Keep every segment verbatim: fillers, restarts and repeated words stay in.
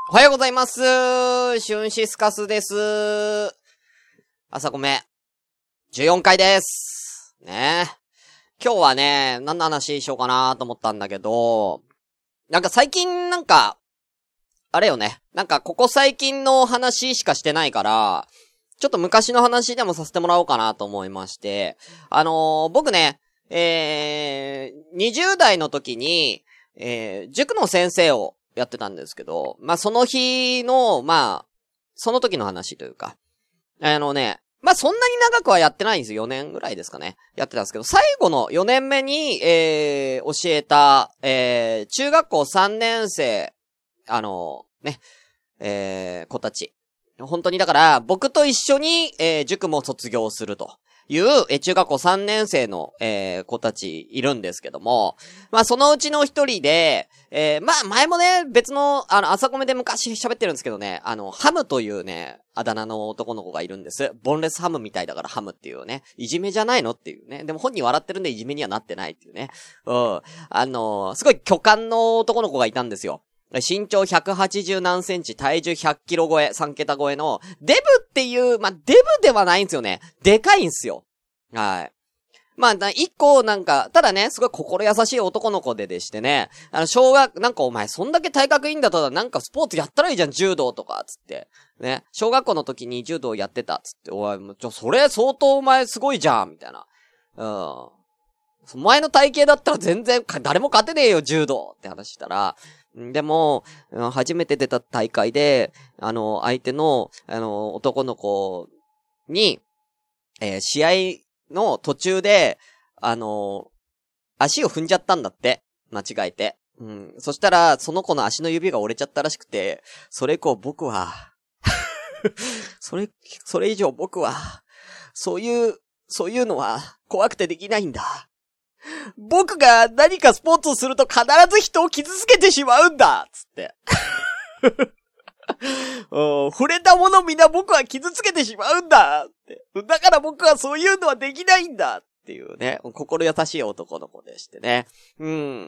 おはようございます。シュンシスカスです。朝ごめ。じゅうよんかいです。ね。今日はね、何の話しようかなと思ったんだけど、なんか最近なんか、あれよね。なんかここ最近の話しかしてないから、ちょっと昔の話でもさせてもらおうかなと思いまして、あのー、僕ね、えー、にじゅう代の時に、えー、塾の先生をやってたんですけど、まあ、その日の、まあ、その時の話というか、あのね、まあ、そんなに長くはやってないんですよ。よねんぐらいですかね。やってたんですけど、最後のよねんめに、えー、教えた、えー、中学校さんねん生、あの、ね、えー、子たち。本当にだから、僕と一緒に、えー、塾も卒業するという、えー、中学校さんねん生の、えー、子たちいるんですけども、まあ、そのうちの一人で、えー、まあ、前もね、別の、あの、朝コメで昔喋ってるんですけどね、あの、ハムというね、あだ名の男の子がいるんです。ボンレスハムみたいだからハムっていうね、いじめじゃないのっていうね。でも本人笑ってるんでいじめにはなってないっていうね。うん。あのー、すごい巨漢の男の子がいたんですよ。身長ひゃくはちじゅう何センチ、体重ひゃっキロ超え、さん桁超えの、デブっていう、まあ、デブではないんですよね。でかいんですよ。はい。まあ、一個なんか、ただね、すごい心優しい男の子ででしてね、あの、小学、なんかお前そんだけ体格いいんだったらなんかスポーツやったらいいじゃん、柔道とか、つって。ね、小学校の時に柔道やってた、つって、おい、ちょ、それ相当お前すごいじゃん、みたいな。うん。お前の体型だったら全然、誰も勝てねえよ、柔道って話したら、でも、初めて出た大会で、あの、相手の、あの、男の子に、えー、試合の途中で、あの、足を踏んじゃったんだって。間違えて。うん。そしたら、その子の足の指が折れちゃったらしくて、それ以降僕は、それ、それ以上僕は、そういう、そういうのは怖くてできないんだ。僕が何かスポーツをすると必ず人を傷つけてしまうんだつって。触れたものみんな僕は傷つけてしまうんだって。だから僕はそういうのはできないんだっていうね、心優しい男の子でしてね。うん。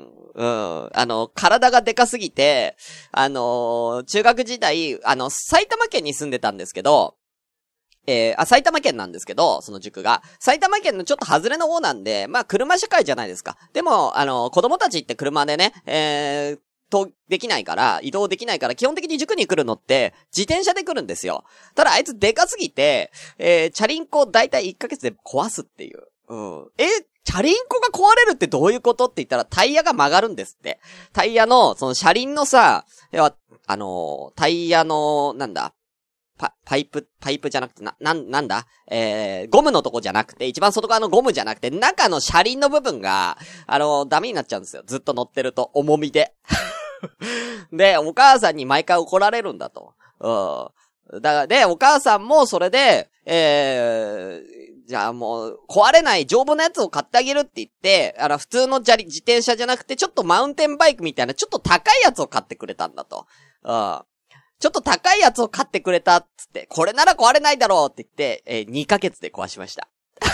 うん。あの、体がでかすぎて、あの、中学時代、あの、埼玉県に住んでたんですけど、えー、あ、埼玉県なんですけど、その塾が。埼玉県のちょっと外れの方なんで、まあ、車社会じゃないですか。でも、あの、子供たちって車でね、えー、と、できないから、移動できないから、基本的に塾に来るのって、自転車で来るんですよ。ただ、あいつでかすぎて、えー、チャリンコだいたいいっかげつで壊すっていう。うん。え、チャリンコが壊れるってどういうことって言ったら、タイヤが曲がるんですって。タイヤの、その車輪のさ、あの、タイヤの、なんだ、パ、パイプ、パイプじゃなくて、な、なん、なんだえー、ゴムのとこじゃなくて、一番外側のゴムじゃなくて、中の車輪の部分が、あの、ダメになっちゃうんですよ。ずっと乗ってると、重みで。で、お母さんに毎回怒られるんだと。うん。だから、で、お母さんもそれで、えー、じゃあもう、壊れない丈夫なやつを買ってあげるって言って、あの、普通の自転車じゃなくて、ちょっとマウンテンバイクみたいな、ちょっと高いやつを買ってくれたんだと。うん。ちょっと高いやつを買ってくれたっつって、これなら壊れないだろうって言って、えー、にかげつで壊しました。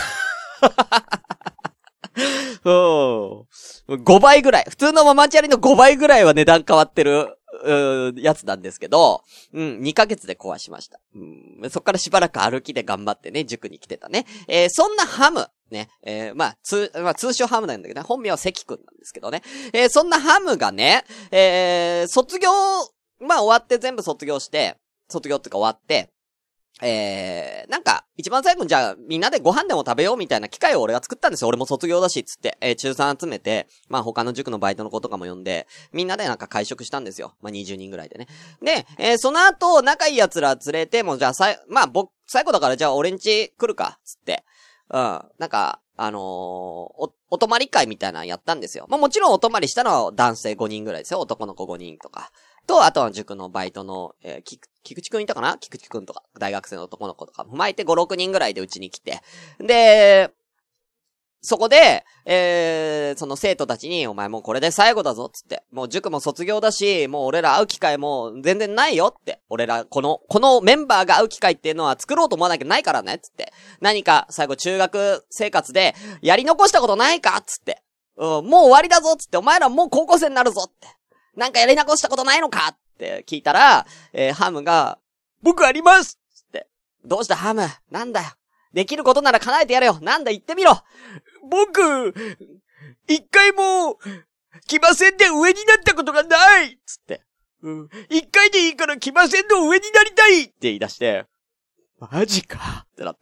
ごばいぐらい。普通のママチャリのごばいぐらいは値段変わってる、やつなんですけど、うん、にかげつで壊しました。うん、そっからしばらく歩きで頑張ってね、塾に来てたね。えー、そんなハム、ね、えー、まあ、通、まあ、通称ハムなんだけどね、本名は関くんなんですけどね。えー、そんなハムがね、えー、卒業、まあ終わって全部卒業して、卒業ってか終わって、えー、なんか、一番最後にじゃあみんなでご飯でも食べようみたいな機会を俺が作ったんですよ。俺も卒業だし、つって。えー、中さん集めて、まあ他の塾のバイトの子とかも呼んで、みんなでなんか会食したんですよ。まあにじゅうにんぐらいでね。で、えー、その後、仲いい奴ら連れて、もうじゃあさい、まあ僕、最後だからじゃあ俺ん家来るか、つって。うん。なんか、あのー、お、お泊まり会みたいなのやったんですよ。まあもちろんお泊まりしたのは男性ごにんぐらいですよ。男の子ごにんとか。と、あとは塾のバイトの、えー、き、菊池くんいたかな菊池くんとか、大学生の男の子とか踏まえてご、ろくにんぐらいでうちに来て。で、そこで、えー、その生徒たちに、お前もうこれで最後だぞ、つって。もう塾も卒業だし、もう俺ら会う機会も全然ないよって。俺ら、この、このメンバーが会う機会っていうのは作ろうと思わなきゃないからね、つって。何か最後中学生活でやり残したことないか、つって。うん、もう終わりだぞ、つって。お前らもう高校生になるぞって。なんかやり残したことないのかっって聞いたら、えー、ハムが、僕ありますって。どうしたハムなんだよ。できることなら叶えてやれよ。なんだ言ってみろ。僕、一回も、騎馬戦で上になったことがないつって。うん。一回でいいから騎馬戦の上になりたいって言い出して、マジかってなって。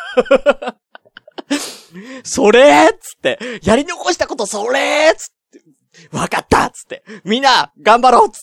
それーつって、やり残したことそれーつって、わかったっつって、みんな、頑張ろうっつって。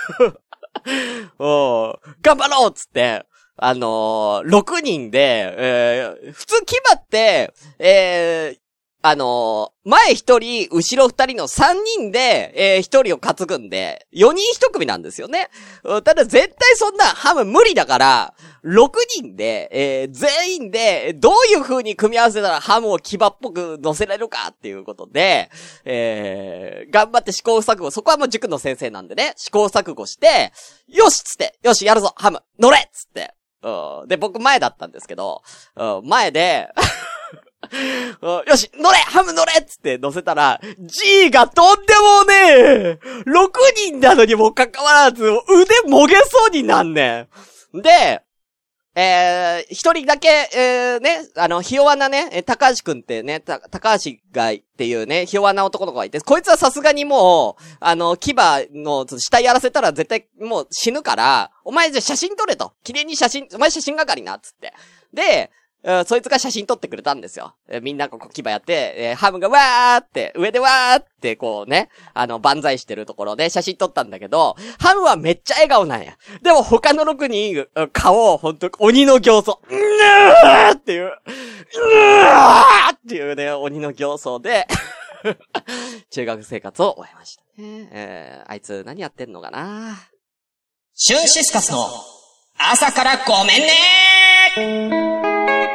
おー、頑張ろうっつって、あのー、ろくにんで、えー、普通騎馬って、えー、あのー、前一人、後ろ二人の三人で、えー、一人を担ぐんで、四人一組なんですよね。ただ絶対そんなハム無理だから、六人で、えー、全員で、どういう風に組み合わせたらハムを騎馬っぽく乗せられるかっていうことで、えー、頑張って試行錯誤、そこはもう塾の先生なんでね、試行錯誤して、よしっつって、よしやるぞハム、乗れっつって。うん、で、僕前だったんですけど、うん、前で、よし乗れハム乗れっつって乗せたら G がとんでもねえろくにんなのにもかかわらず腕もげそうになんねん。で、えー、一人だけ、えー、ね、あの、ひ弱なね、高橋くんってね、た、高橋がっていうね、ひ弱な男の子がいて、こいつはさすがにもう、あの、牙の死体やらせたら絶対もう死ぬから、お前じゃ写真撮れと。綺麗に写真、お前写真係な、つって。で、うん、そいつが写真撮ってくれたんですよ。えー、みんなここ牙やって、えー、ハムがわーって、上でわーってこうね、あの、万歳してるところで写真撮ったんだけど、ハムはめっちゃ笑顔なんや。でも他のろくにん、顔、ほんと、鬼の形相、うーっていう、うーっていうね、鬼の形相で、中学生活を終えましたね。えー、あいつ何やってんのかな。 シュンシスカスの朝からごめんねー。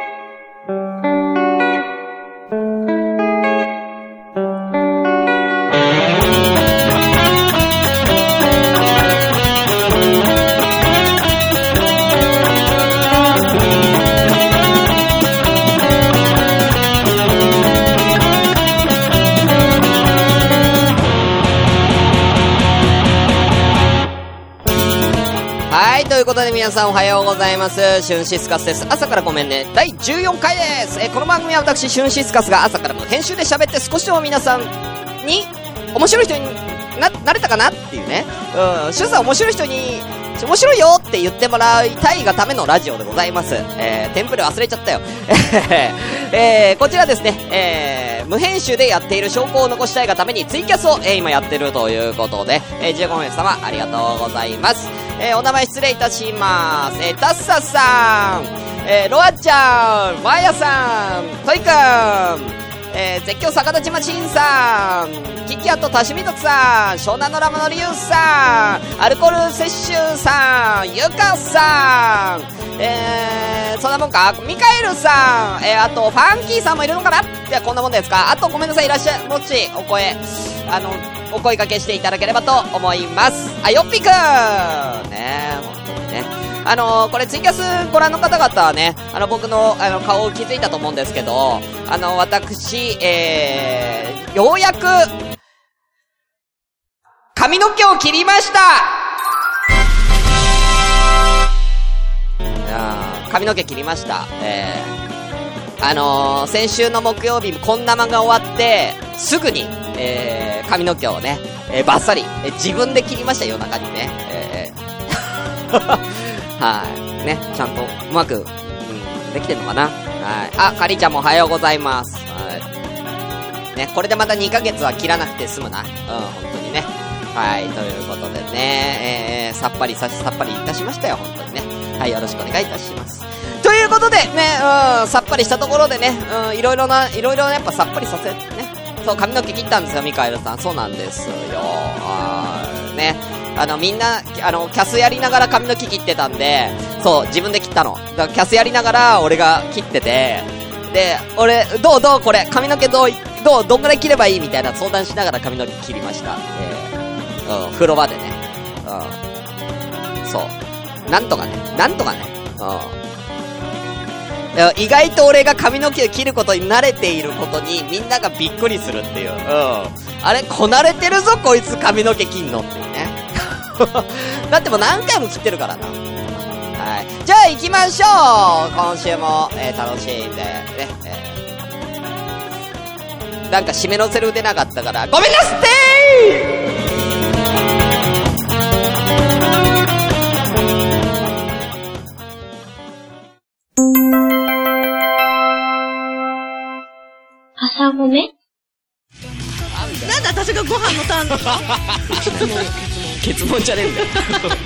はい、ということで皆さんおはようございます。シュンシスカスです。朝からごめんね。だいじゅうよんかいです。えー、この番組は私、シュンシスカスが朝からの編集で喋って少しでも皆さんに面白い人にな、なれたかなっていうね。うん、シュンさん面白い人に、面白いよって言ってもらいたいがためのラジオでございます。えー、テンプレ忘れちゃったよ。えー、こちらですね、えー、無編集でやっている証拠を残したいがためにツイキャスを、えー、今やってるということで、えー、じゅうごめい様ありがとうございます。えー、お名前失礼いたします。えー、タッサさん、えー、ロアちゃん、マーヤさん、トイくん、えー、絶叫逆立ちマシンさん、キキアとタシミトクさん、湘南のラマのリュウさん、アルコール摂取さん、ユカさん、えー、そんなもんか、ミカエルさん、えー、あとファンキーさんもいるのかな。じゃあこんなもんですか。あとごめんなさい、いらっしゃい、もしお声、あの、お声掛けしていただければと思います。あ、よっぴくんねえ、本当にね。あのー、これツイキャスご覧の方々はね、あの僕のあの顔を気づいたと思うんですけど、あの私、えー、ようやく髪の毛を切りました。いやー、髪の毛切りました。えー、あのー、先週の木曜日こんな漫画終わってすぐに、えー、髪の毛をね、えー、バッサリ、えー、自分で切りました。夜中にね。えーはい。ね、ちゃんとうまく、うん、できてんのかな。はい。あ、かりちゃんもおはようございます。はい。ね、これでまたにかげつは切らなくて済むな。うん、本当にね。はい、ということでね、えー、さっぱりさし、さっぱりいたしましたよ、本当にね。はい、よろしくお願いいたします。ということで、ね、うん、さっぱりしたところでね、うん、いろいろな、いろいろやっぱさっぱりさせ、ね。そう、髪の毛切ったんですよ、ミカエルさん。そうなんですよ。あー、ね。あの、みんな、あの、キャスやりながら髪の毛切ってたんで、そう、自分で切ったの。だからキャスやりながら、俺が切ってて、で、俺、どうどうこれ、髪の毛どう、どう、どんぐらい切ればいいみたいな相談しながら髪の毛切りました。えー、うん、風呂場でね。うん。そう。なんとかね、なんとかね。うん。意外と俺が髪の毛を切ることに慣れていることに、みんながびっくりするっていう。うん。あれ、こなれてるぞ、こいつ髪の毛切んのっていうね。 だってもう何回も切ってるからな。はい。じゃあ行きましょう。今週も、えー、楽しんで、ね、えー、なんか締めのセル出なかったから、ごめんなすってー朝ごめなんで私がご飯のターンの結論結論じゃねえんだよ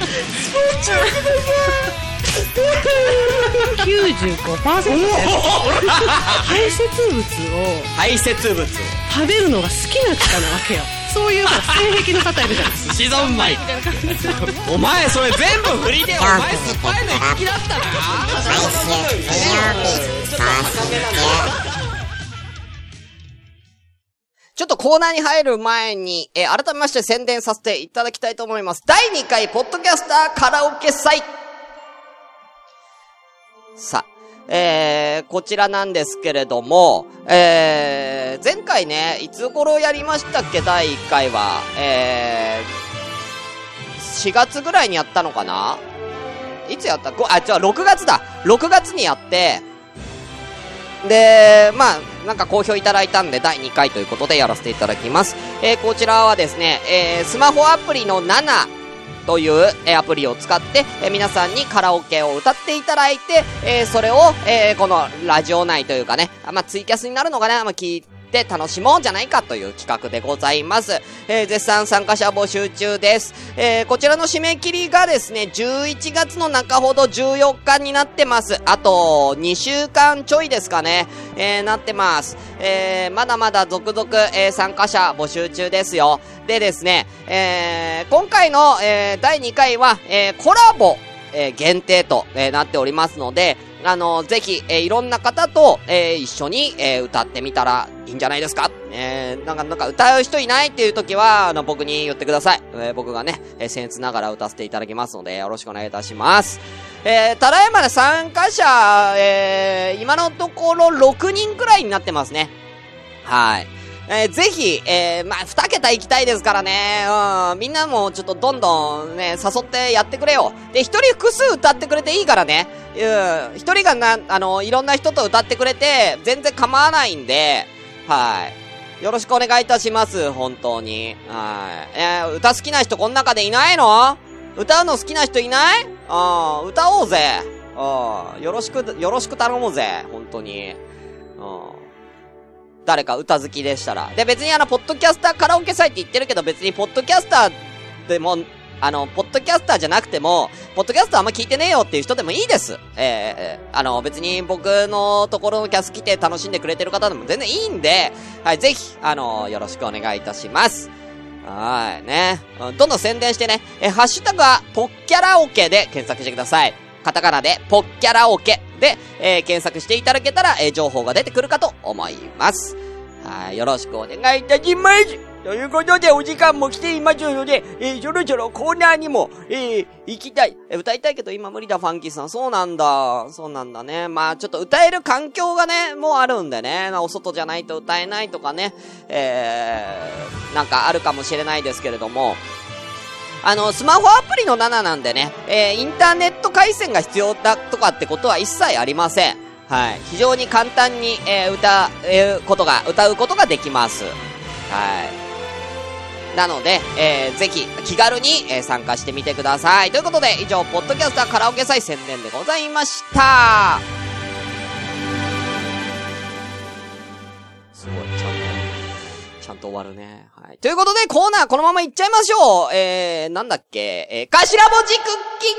きゅうじゅうごパーセント 排泄物を排泄物を食べるのが好きな方なわけよ。そういう性癖の方いるじゃないですか。 寿司三昧お前それ全部振りでお前酸っぱいの好きだったな。 毎週水曜日更新中。 ちょっとコーナーに入る前に、えー、改めまして宣伝させていただきたいと思います。だいにかいポッドキャスターカラオケ祭。さあ、えー、こちらなんですけれども、えー、前回ね、いつ頃やりましたっけ、だいいっかいは。えー、しがつぐらいにやったのかないつやったご、あ、違う、ろくがつだ。ろくがつにやって、で、まあ、なんか好評いただいたんで、だいにかいということでやらせていただきます。えー、こちらはですね、えー、スマホアプリのななという、えー、アプリを使って、えー、皆さんにカラオケを歌っていただいて、えー、それを、えー、このラジオ内というかね、あまあ、ツイキャスになるのかな、まあ、聞いて、で楽しもうじゃないかという企画でございます。えー、絶賛参加者募集中です。えー、こちらの締め切りがですね、じゅういちがつの中ほどじゅうよっかになってます。あと、にしゅうかんちょいですかね。えー、なってます。えー、まだまだ続々、えー、参加者募集中ですよ。でですね、えー、今回の、えー、だいにかいは、えー、コラボ、えー、限定と、えー、なっておりますので、あの、ぜひ、えー、いろんな方と、えー、一緒に、えー、歌ってみたらいいんじゃないですか。えー、なんか、なんか歌う人いないっていう時は、あの、僕に言ってください。えー、僕がね、えー、僭越ながら歌わせていただきますので、よろしくお願いいたします。えー、ただいまで参加者、えー、今のところろくにんくらいになってますね。はい。えー、ぜひ、えー、まあ、二桁行きたいですからね。うん。みんなもちょっとどんどんね、誘ってやってくれよ。で、一人複数歌ってくれていいからね。うん。一人がな、あの、いろんな人と歌ってくれて、全然構わないんで、はい。よろしくお願いいたします。本当に。はい。えー、歌好きな人この中でいないの？歌うの好きな人いない？ああ、歌おうぜ。ああ、よろしく、よろしく頼もうぜ。本当に。うん。誰か歌好きでしたら。で、別にあの、ポッドキャスターカラオケ祭って言ってるけど、別にポッドキャスターでも、あの、ポッドキャスターじゃなくても、ポッドキャスターあんま聞いてねえよっていう人でもいいです。えー、あの、別に僕のところのキャス来て楽しんでくれてる方でも全然いいんで、はい、ぜひ、あの、よろしくお願いいたします。はい、ね。どんどん宣伝してね、え、ハッシュタグは、ポッキャラオケで検索してください。カタカナで、ポッキャラオケで、えー、検索していただけたら、えー、情報が出てくるかと思います。はい、よろしくお願いいたします。ということで、お時間も来ていますので、えー、そろそろコーナーにも、えー、行きたい。えー、歌いたいけど今無理だ、ファンキーさん。そうなんだ。そうなんだね。まあ、ちょっと歌える環境がね、もうあるんでね。お外じゃないと歌えないとかね。えー、なんかあるかもしれないですけれども。あの、スマホアプリのなななんでね、えー、インターネット回線が必要だとかってことは一切ありません。はい。非常に簡単に、えー、歌うことが、歌うことができます。はい。なので、えー、ぜひ、気軽に、えー、参加してみてください。ということで、以上、ポッドキャスターカラオケ祭宣伝でございました。すごい、ちゃんと。ちゃんと終わるね。はい。ということで、コーナーこのままいっちゃいましょう。えー、なんだっけ、えー、頭文字クッキ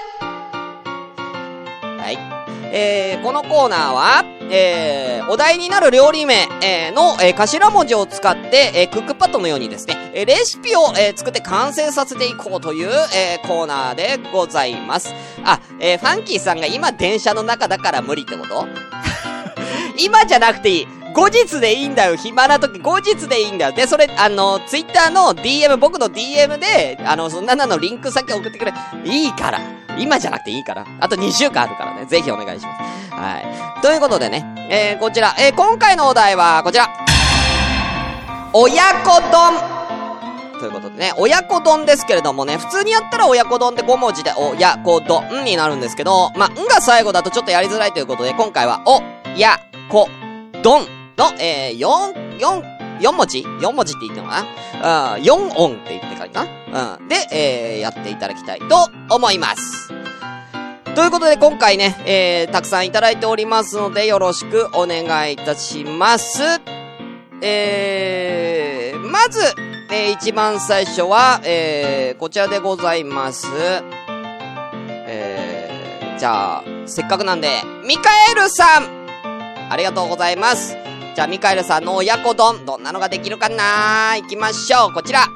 ング。はい。えー、このコーナーは、えー、お題になる料理名、えー、の、えー、頭文字を使って、えー、クックパッドのようにですね、えー、レシピを、えー、作って完成させていこうという、えー、コーナーでございます。あ、えー、ファンキーさんが今電車の中だから無理ってこと今じゃなくていい。後日でいいんだよ。暇な時、後日でいいんだよ。で、それ、あの、ツイッターの ディーエム、僕の ディーエム で、あの、そんなのリンク先送ってくれ。いいから。今じゃなくていいから。あとにしゅうかんあるからね。ぜひお願いします。はい。ということでね、えー、こちら、えー、今回のお題は、こちら。親子丼。 ということでね、親子丼ですけれどもね、普通にやったら親子丼ってご文字で親子丼になるんですけど、まあ、んが最後だとちょっとやりづらいということで、今回はおやこ丼の、えー、よん、よん、よん文字 ?よん 文字って言ってるのかなうん、よん音って言ってからかなうん。で、えー、やっていただきたいと思います。ということで今回ね、えー、たくさんいただいておりますのでよろしくお願いいたします。えー、まず、えー、一番最初は、えー、こちらでございます。えー、じゃあ、せっかくなんで、ミカエルさんありがとうございます。じゃあ、ミカエルさんの親子丼、どんなのができるかなー行きましょう。こちら。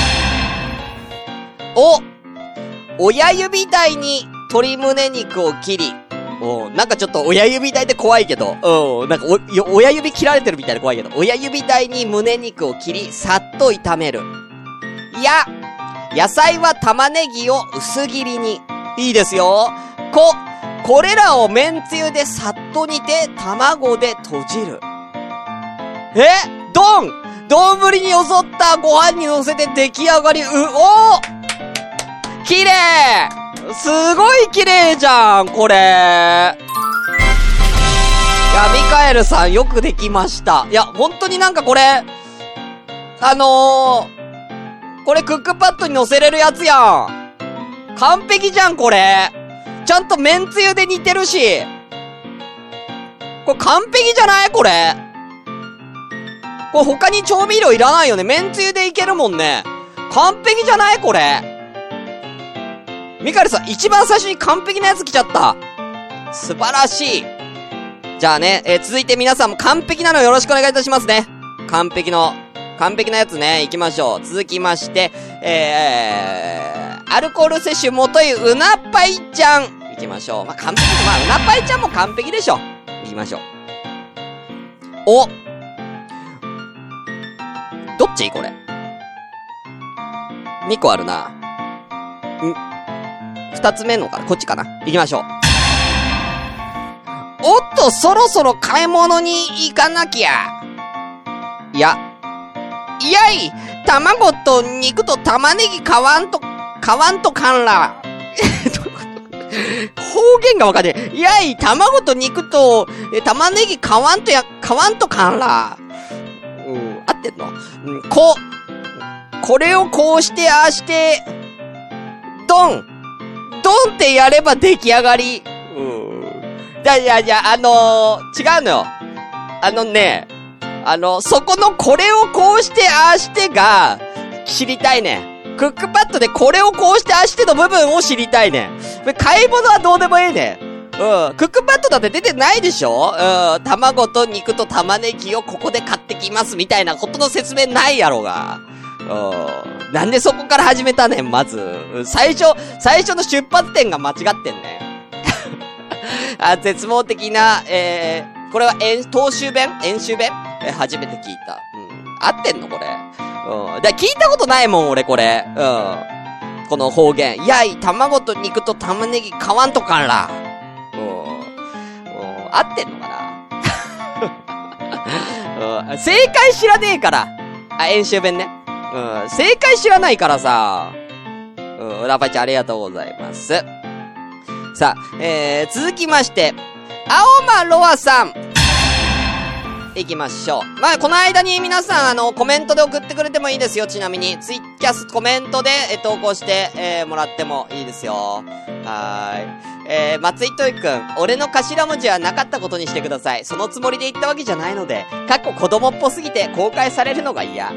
お、親指台に鶏胸肉を切り、おなんかちょっと親指台って怖いけど、うん、なんかお、親指切られてるみたいで怖いけど、親指台に胸肉を切り、さっと炒める。いや、野菜は玉ねぎを薄切りに。いいですよ。こ、これらを麺つゆでさっと煮て、卵で閉じる。え丼丼によそったご飯に乗せて出来上がり、う、おー綺麗すごい綺麗じゃん、これ。いや、ミカエルさんよくできました。いや、本当になんかこれ、あのー、これクックパッドに乗せれるやつやん。完璧じゃん、これ。ちゃんと麺つゆで煮てるし。これ完璧じゃないこれ。これ他に調味料いらないよね。麺つゆでいけるもんね。完璧じゃないこれ。ミカエルさん、一番最初に完璧なやつ来ちゃった。素晴らしい。じゃあね、えー、続いて皆さんも完璧なのよろしくお願いいたしますね。完璧の、完璧なやつね、行きましょう。続きまして、えー、アルコール摂取もといううなぱいちゃん。行きましょう。まあ、完璧、まあ、うなぱいちゃんも完璧でしょ。行きましょう。おどっちこれ。にこあるな。ん二つ目のかなこっちかな行きましょう。おっと、そろそろ買い物に行かなきゃ。いや。いやい卵と肉と玉ねぎ買わんと、買わんとかんら。方言がわかんねえ。いやい卵と肉と、え、玉ねぎ買わんとや、買わんとかんら。うん、合ってんのうん、こ、これをこうしてああして、ドンドンってやれば出来上がり。うん。じゃあ、じゃあ、じゃあ、あのー、違うのよ。あのね、あの、そこのこれをこうしてああしてが、知りたいね。クックパッドでこれをこうしてああしての部分を知りたいね。買い物はどうでもいいね。うん。クックパッドだって出てないでしょうん。卵と肉と玉ねぎをここで買ってきますみたいなことの説明ないやろが。うん。なんでそこから始めたねん、まず。最初、最初の出発点が間違ってんね。あ、絶望的な、えー、これは、演、東州弁演習弁え、初めて聞いた。うん。合ってんのこれ。うん。だ聞いたことないもん、俺、これ。うん。この方言。やい、卵と肉と玉ねぎ買わんとから。うん。うん。合ってんのかなうん。正解知らねえから。あ、演習弁ね。うん。正解知らないからさ。うん。ラパちゃんありがとうございます。さあ、えー、続きまして、青間ロアさん。行きましょう。まあ、この間に皆さん、あの、コメントで送ってくれてもいいですよ。ちなみに、ツイキャスコメントで、え、投稿して、えー、もらってもいいですよ。はーい。えー、松井といくん、俺の頭文字はなかったことにしてください。そのつもりで言ったわけじゃないので、かっこ子供っぽすぎて公開されるのが嫌。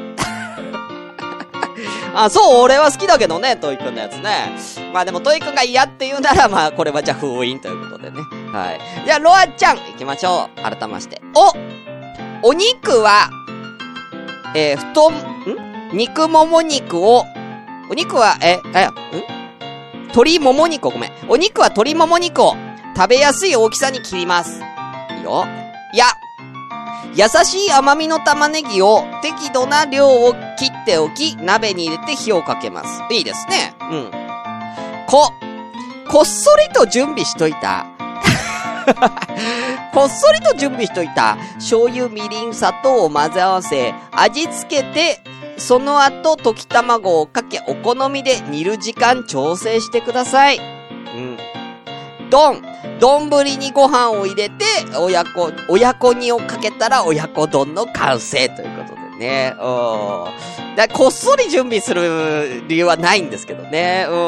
あ、そう、俺は好きだけどね、トイくんのやつね。まあでもトイくんが嫌って言うなら、まあこれはじゃあ封印ということでね。はい。じゃあ、ロアちゃん、行きましょう。改めまして。おお肉は、えー、太、ん肉もも肉を、お肉は、え、あ、ん鶏もも肉を、ごめん。お肉は鶏もも肉を、食べやすい大きさに切ります。いいよ。いや、優しい甘みの玉ねぎを適度な量を切っておき、鍋に入れて火をかけます。いいですね。うん。こ、こっそりと準備しといた。こっそりと準備しといた醤油、みりん、砂糖を混ぜ合わせ、味付けて、 その後、溶き卵をかけ、お好みで煮る時間調整してください。うん。丼。丼にご飯を入れて、親子、親子煮をかけたら親子丼の完成ということでね。うん。だこっそり準備する理由はないんですけどね。うん。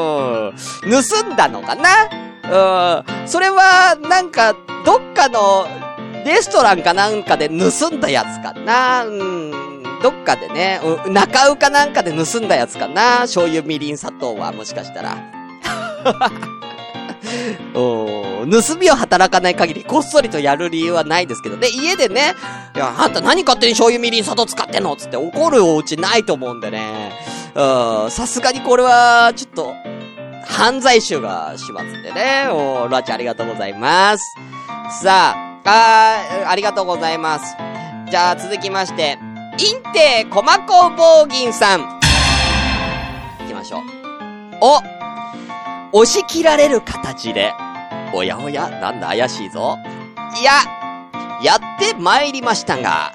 盗んだのかな？うん。それは、なんか、どっかの、レストランかなんかで盗んだやつかな。うん。どっかでね、うん、中うかなんかで盗んだやつかな。醤油、みりん、砂糖は、もしかしたら。お盗みを働かない限りこっそりとやる理由はないですけどね。家でね、いや、あんた何勝手に醤油みりん砂糖使ってんのつって怒るお家ないと思うんでね。うん、さすがにこれは、ちょっと、犯罪臭がしますんでね。おー、ロアちゃんありがとうございます。さあ、あー、ありがとうございます。じゃあ続きまして、インテーコマコボーギンさん。行きましょう。お押し切られる形で、おやおや、なんだ怪しいぞ。いや、やって参りましたが、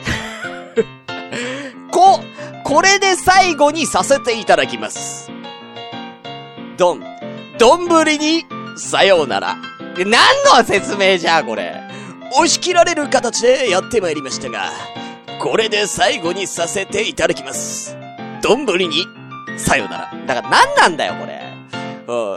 こ、これで最後にさせていただきます。どん、どんぶりに、さようなら。何の説明じゃ、これ。押し切られる形でやって参りましたが、これで最後にさせていただきます。どんぶりに、さようなら。だから何なんだよ、これ。うん。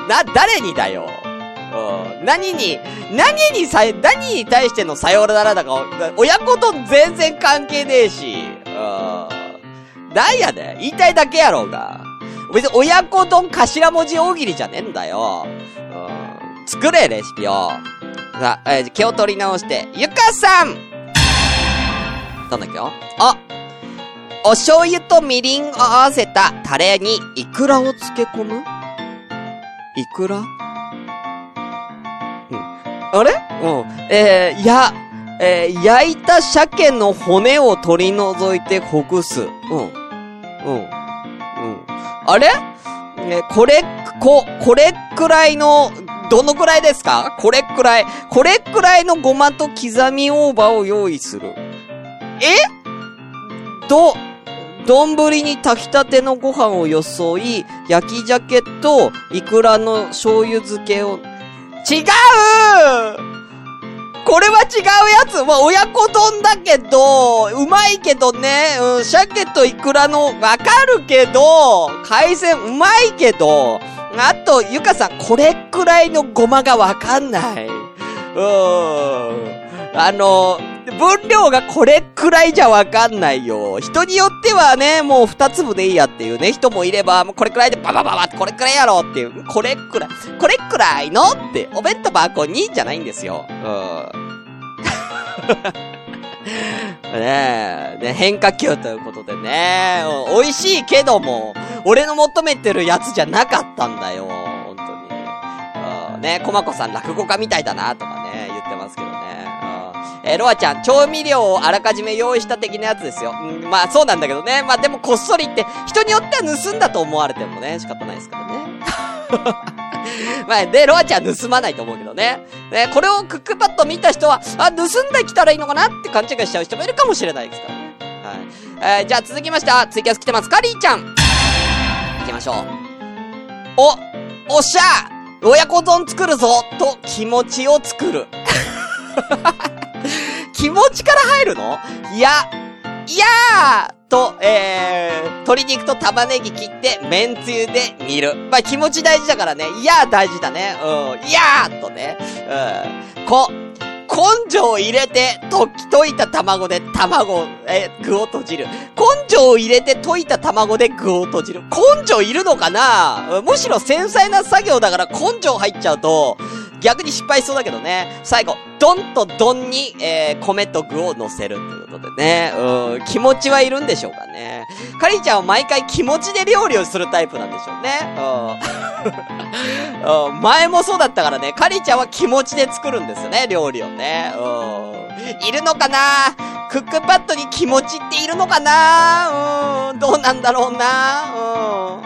な、誰にだよ。うん。何に、何にさ、何に対してのさようならだか、親子と全然関係ねえし。うん。なんやねん。言いたいだけやろうが。別に親子丼頭文字大喜利じゃねえんだよ。うん。作れ、レシピを。さあ、えー、気を取り直して、ゆかさんどんだっけよあお醤油とみりんを合わせたタレにイクラを漬け込むイクラうん。あれうん。えー、や、えー、焼いた鮭の骨を取り除いてほぐす。うん。うん。うん。あれね、これ、こ、これくらいの、どのくらいですかこれくらい。これくらいのごまと刻み大葉を用意する。えど、丼に炊きたてのご飯をよそい、焼き鮭とイクラの醤油漬けを、違うこれは違うやつまあ、親子丼だけど、うまいけどね、うん、鮭とイクラの、わかるけど、海鮮うまいけど、あと、ゆかさん、これくらいのごまがわかんない。うーん。あの、分量がこれくらいじゃわかんないよ。人によってはね、もう二粒でいいやっていうね、人もいれば、もうこれくらいでババババってこれくらいやろっていう、これくらい、これくらいのって、お弁当箱にじゃないんですよ。うん。ねえ、ね、変化球ということでね、うん、美味しいけども、俺の求めてるやつじゃなかったんだよ、本当に。うん、ね、コマコさん落語家みたいだなとかね、言ってますけどね。うん、えー、ロアちゃん、調味料をあらかじめ用意した的なやつですよ。うん、まあそうなんだけどね。まあでもこっそりって、人によっては盗んだと思われてもね、仕方ないですからね。まあ、で、ロアちゃん盗まないと思うけどね。ね、これをクックパッド見た人は、あ、盗んできたらいいのかなって勘違いしちゃう人もいるかもしれないですからね。はい。えー、じゃあ続きまして、あ、ツイキャス来てます。カリーちゃん。行きましょう。お、おっしゃ親子丼作るぞと気持ちを作る。気持ちから入るの？いや、いやーと、えー、鶏肉と玉ねぎ切って、麺つゆで煮る。まあ、気持ち大事だからね。いやー大事だね。うん。いやーとね。うん。こ、根性を入れて、と、溶いた卵で卵、え、具を閉じる。根性を入れて溶いた卵で具を閉じる。根性いるのかな？むしろ繊細な作業だから根性入っちゃうと、逆に失敗しそうだけどね。最後、ドンとドンに、えー、米と具を乗せるということでね。うん、気持ちはいるんでしょうかね。カリーちゃんは毎回気持ちで料理をするタイプなんでしょうね。うん。前もそうだったからね。カリーちゃんは気持ちで作るんですよね、料理をね。うん。いるのかな？クックパッドに気持ちっているのかな？うん。どうなんだろうな？うん。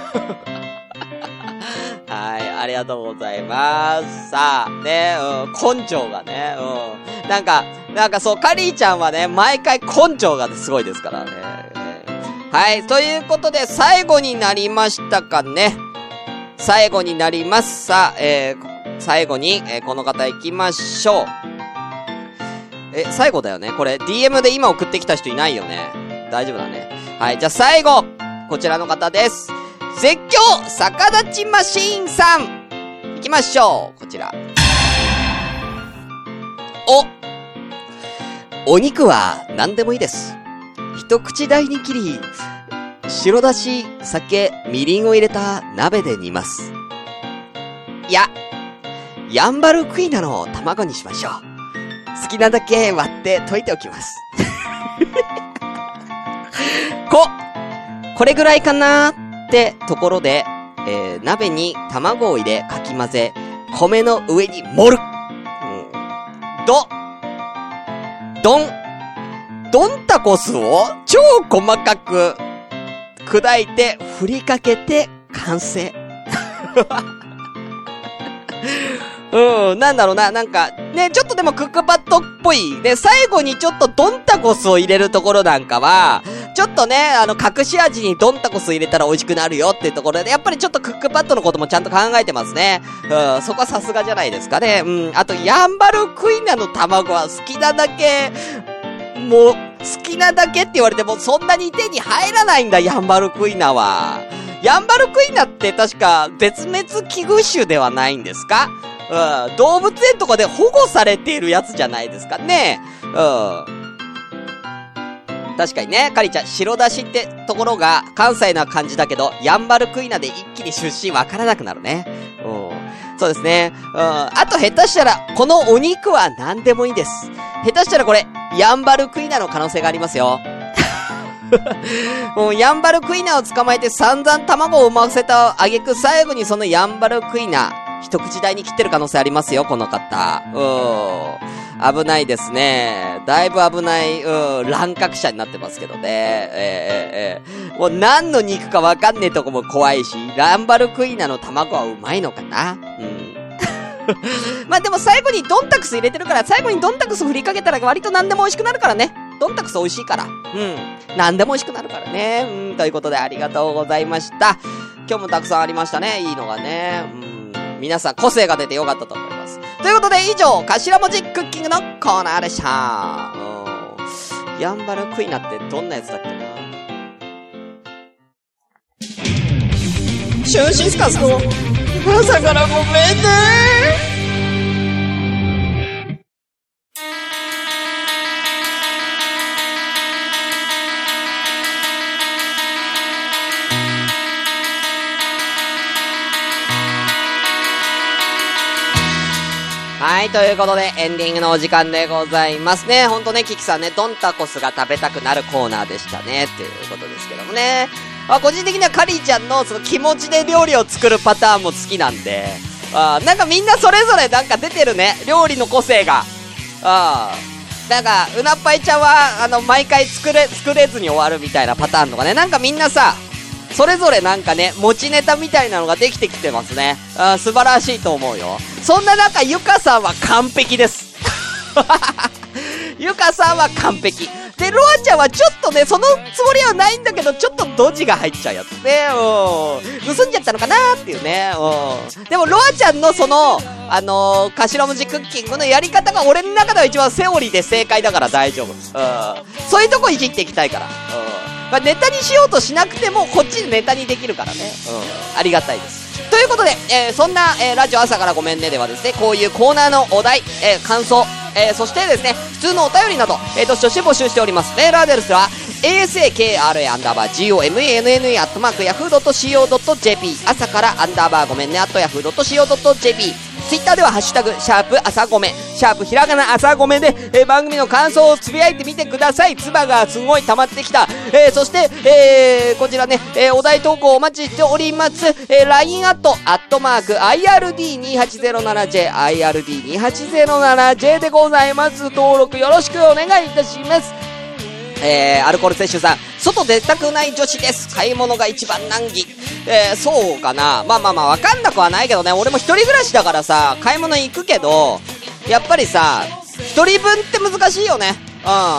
はい、ありがとうございます。さあ、ね、うん、根性がね、うん。なんか、なんかそう、カリーちゃんはね、毎回根性がすごいですからね。 はい、ということで最後になりましたかね。最後になります。さあ、えー、最後に、えー、この方行きましょう。え、最後だよね。これ ディーエム で今送ってきた人いないよね。大丈夫だね。はい、じゃあ最後、こちらの方です。絶叫逆立ちマシーンさん。行きましょう。こちら。お、お肉は何でもいいです。一口大に切り、白だし、酒、みりんを入れた鍋で煮ます。いや、ヤンバルクイナの卵にしましょう。好きなだけ割って溶いておきます。こ、これぐらいかなーってところで、えー、鍋に卵を入れかき混ぜ、米の上に盛る。うん、ど、どん、ドンタコスを超細かく砕いて振りかけて完成。うん、なんだろうな、なんか、ね、ちょっとでもクックパッドっぽい。で、最後にちょっとドンタコスを入れるところなんかは、ちょっとね、あの、隠し味にドンタコス入れたら美味しくなるよっていうところで、やっぱりちょっとクックパッドのこともちゃんと考えてますね。うん、そこはさすがじゃないですかね。うん、あと、ヤンバルクイナの卵は好きなだけ、もう、好きなだけって言われてもそんなに手に入らないんだ、ヤンバルクイナは。ヤンバルクイナって確か絶滅危惧種ではないんですか？うん、動物園とかで保護されているやつじゃないですかね。うん。確かにね、カリちゃん、白だしってところが関西な感じだけど、ヤンバルクイナで一気に出身わからなくなるね。うん。そうですね。うん。あと下手したら、このお肉は何でもいいです。下手したらこれ、ヤンバルクイナの可能性がありますよ。もうヤンバルクイナを捕まえて散々卵を産ませた挙句最後にそのヤンバルクイナ、一口大に切ってる可能性ありますよ、この方。うーん。危ないですね。だいぶ危ない、うん、乱獲者になってますけどね。えー、えー、えー、もう何の肉かわかんねえとこも怖いし、ヤンバルクイナの卵はうまいのかな？うん。まあでも最後にドンタクス入れてるから、最後にドンタクス振りかけたら割と何でも美味しくなるからね。ドンタクス美味しいから。うん。何でも美味しくなるからね。うん。ということでありがとうございました。今日もたくさんありましたね。いいのがね。うん。皆さん個性が出てよかったと思います。ということで以上、頭文字クッキングのコーナーでした。うん。ヤンバルクイナってどんなやつだっけな。シュンシスカスの朝からごめんね。はい、ということでエンディングのお時間でございますね。ほんとね、キキさんね、ドンタコスが食べたくなるコーナーでしたね、っていうことですけどもね。あ、個人的にはカリーちゃんのその気持ちで料理を作るパターンも好きなんで、あ、なんかみんなそれぞれなんか出てるね、料理の個性が。あ、なんか、うなっぱいちゃんは、あの、毎回作れ、作れずに終わるみたいなパターンとかね、なんかみんなさ、それぞれなんかね、持ちネタみたいなのができてきてますね。あ、素晴らしいと思うよ。そんな中、ゆかさんは完璧です。ゆかさんは完璧。で、ロアちゃんはちょっとね、そのつもりはないんだけど、ちょっとドジが入っちゃうやつね。うん。盗んじゃったのかなーっていうね。うん。でも、ロアちゃんのその、あのー、頭文字クッキングのやり方が俺の中では一番セオリーで正解だから大丈夫。うん。そういうとこいじっていきたいから。うん。まあ、ネタにしようとしなくても、こっちでネタにできるからね。うん。ありがたいです。ということで、えー、そんな、えー、ラジオ朝からごめんねではですね、こういうコーナーのお題、えー、感想、えー、そしてですね、普通のお便りなど、えー、どしどし募集しております。メールアドレスは、エーエスエーケーアールエー アンダーバー ジーオーエムエヌエヌイー アットマーク ヤフー ドット シーオー ドット ジェーピー 朝からアンダーバーごめんね、アット ヤフー ドット シーオー ドット ジェーピー ツイッターではハッシュタグ、シャープ朝ごめん、シャープひらがな朝ごめんで、えー、番組の感想をつぶやいてみてください。つばがすごい溜まってきた。えー、そして、えー、こちらね、えー、お題投稿お待ちしております。えー、ライン アット、アットマーク、アイアールディーにーはちゼロななジェー、アイアールディーにーはちゼロななジェー でございます。登録よろしくお願いいたします。えー、アルコール摂取さん、外出たくない女子です。買い物が一番難儀。えー、そうかな。まあまあまあ、わかんなくはないけどね。俺も一人暮らしだからさ、買い物行くけど、やっぱりさ、一人分って難しいよね。うん。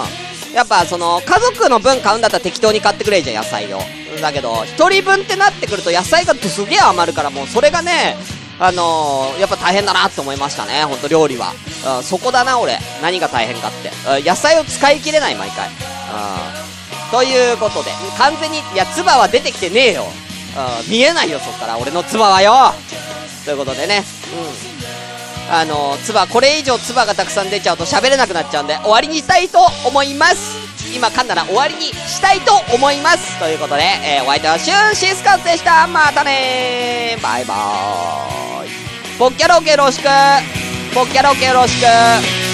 やっぱその、家族の分買うんだったら適当に買ってくれじゃん、野菜を。だけど、一人分ってなってくると野菜がすげえ余るから、もうそれがね、あのー、やっぱ大変だなって思いましたね、ほんと料理は。うん、そこだな、俺。何が大変かって。うん、野菜を使い切れない、毎回。うん。ということで、完全に、いや、唾は出てきてねえよ。うん、見えないよ、そっから、俺の唾はよ。ということでね、うん。あのー、唾、これ以上唾がたくさん出ちゃうと喋れなくなっちゃうんで、終わりにしたいと思います。今噛んだら終わりにしたいと思います。ということで、えー、お相手はシュンシスカスでした。またねー。バイバーイ。ポッキャロケよろしく。ポッキャロケよろしく。